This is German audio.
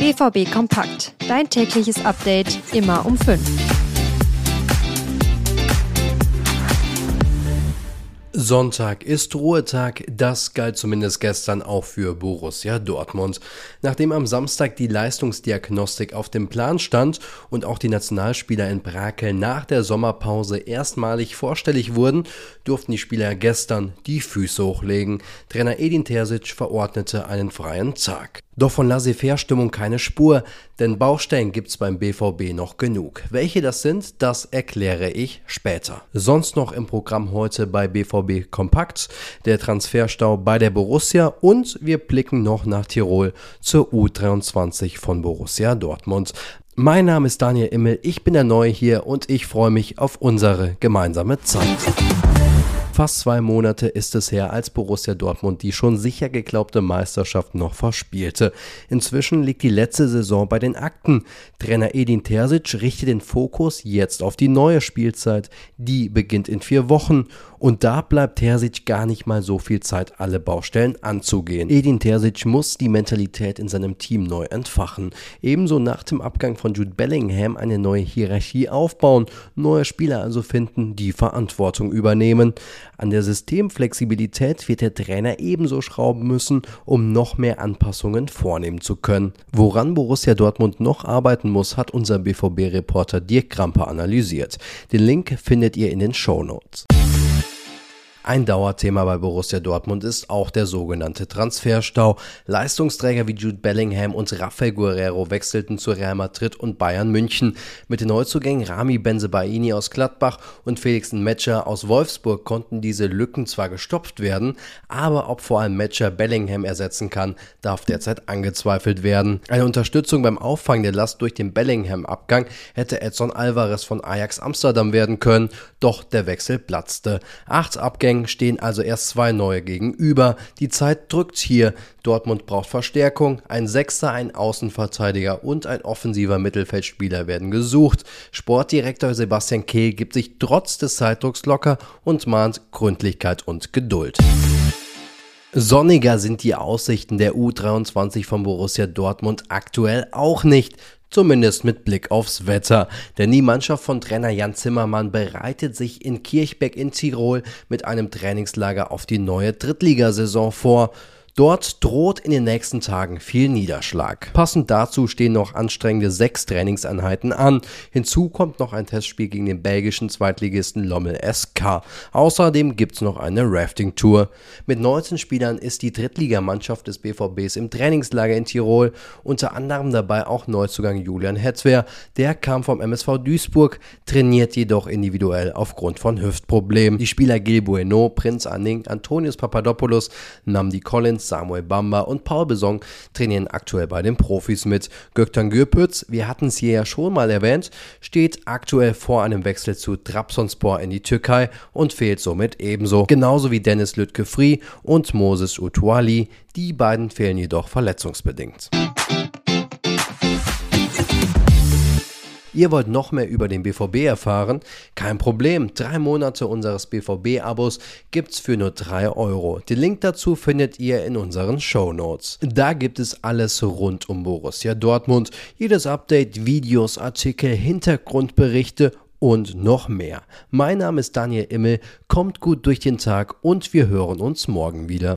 BVB Kompakt. Dein tägliches Update immer um 5. Sonntag ist Ruhetag, das galt zumindest gestern auch für Borussia Dortmund. Nachdem am Samstag die Leistungsdiagnostik auf dem Plan stand und auch die Nationalspieler in Brakel nach der Sommerpause erstmalig vorstellig wurden, durften die Spieler gestern die Füße hochlegen. Trainer Edin Terzic verordnete einen freien Tag. Doch von Laissez-faire-Stimmung keine Spur, denn Baustellen gibt's beim BVB noch genug. Welche das sind, das erkläre ich später. Sonst noch im Programm heute bei BVB Kompakt, der Transferstau bei der Borussia und wir blicken noch nach Tirol zur U23 von Borussia Dortmund. Mein Name ist Daniel Immel, ich bin der Neue hier und ich freue mich auf unsere gemeinsame Zeit. Fast 2 Monate ist es her, als Borussia Dortmund die schon sicher geglaubte Meisterschaft noch verspielte. Inzwischen liegt die letzte Saison bei den Akten. Trainer Edin Terzic richtet den Fokus jetzt auf die neue Spielzeit. Die beginnt in 4 Wochen. Und da bleibt Terzic gar nicht mal so viel Zeit, alle Baustellen anzugehen. Edin Terzic muss die Mentalität in seinem Team neu entfachen. Ebenso nach dem Abgang von Jude Bellingham eine neue Hierarchie aufbauen, neue Spieler also finden, die Verantwortung übernehmen. An der Systemflexibilität wird der Trainer ebenso schrauben müssen, um noch mehr Anpassungen vornehmen zu können. Woran Borussia Dortmund noch arbeiten muss, hat unser BVB-Reporter Dirk Kramper analysiert. Den Link findet ihr in den Shownotes. Ein Dauerthema bei Borussia Dortmund ist auch der sogenannte Transferstau. Leistungsträger wie Jude Bellingham und Rafael Guerreiro wechselten zu Real Madrid und Bayern München. Mit den Neuzugängen Rami Bensebaini aus Gladbach und Felix Nmecha aus Wolfsburg konnten diese Lücken zwar gestopft werden, aber ob vor allem Nmecha Bellingham ersetzen kann, darf derzeit angezweifelt werden. Eine Unterstützung beim Auffangen der Last durch den Bellingham-Abgang hätte Edson Alvarez von Ajax Amsterdam werden können, doch der Wechsel platzte. 8 Abgänge stehen also erst 2 neue gegenüber. Die Zeit drückt hier. Dortmund braucht Verstärkung. Ein Sechser, ein Außenverteidiger und ein offensiver Mittelfeldspieler werden gesucht. Sportdirektor Sebastian Kehl gibt sich trotz des Zeitdrucks locker und mahnt Gründlichkeit und Geduld. Sonniger sind die Aussichten der U23 von Borussia Dortmund aktuell auch nicht. Zumindest mit Blick aufs Wetter, denn die Mannschaft von Trainer Jan Zimmermann bereitet sich in Kirchberg in Tirol mit einem Trainingslager auf die neue Drittligasaison vor. Dort droht in den nächsten Tagen viel Niederschlag. Passend dazu stehen noch anstrengende 6 Trainingseinheiten an. Hinzu kommt noch ein Testspiel gegen den belgischen Zweitligisten Lommel SK. Außerdem gibt's noch eine Rafting-Tour. Mit 19 Spielern ist die Drittligamannschaft des BVBs im Trainingslager in Tirol. Unter anderem dabei auch Neuzugang Julian Hetzwer. Der kam vom MSV Duisburg, trainiert jedoch individuell aufgrund von Hüftproblemen. Die Spieler Gil Bueno, Prinz Anning, Antonius Papadopoulos, Namdi Collins, Samuel Bamba und Paul Besong trainieren aktuell bei den Profis mit. Gökhan Gürpütz, wir hatten es hier ja schon mal erwähnt, steht aktuell vor einem Wechsel zu Trabzonspor in die Türkei und fehlt somit ebenso. Genauso wie Dennis Lütke-Fri und Moses Utuali. Die beiden fehlen jedoch verletzungsbedingt. Ihr wollt noch mehr über den BVB erfahren? Kein Problem, 3 Monate unseres BVB-Abos gibt's für nur 3 €. Den Link dazu findet ihr in unseren Shownotes. Da gibt es alles rund um Borussia Dortmund. Jedes Update, Videos, Artikel, Hintergrundberichte und noch mehr. Mein Name ist Daniel Immel, kommt gut durch den Tag und wir hören uns morgen wieder.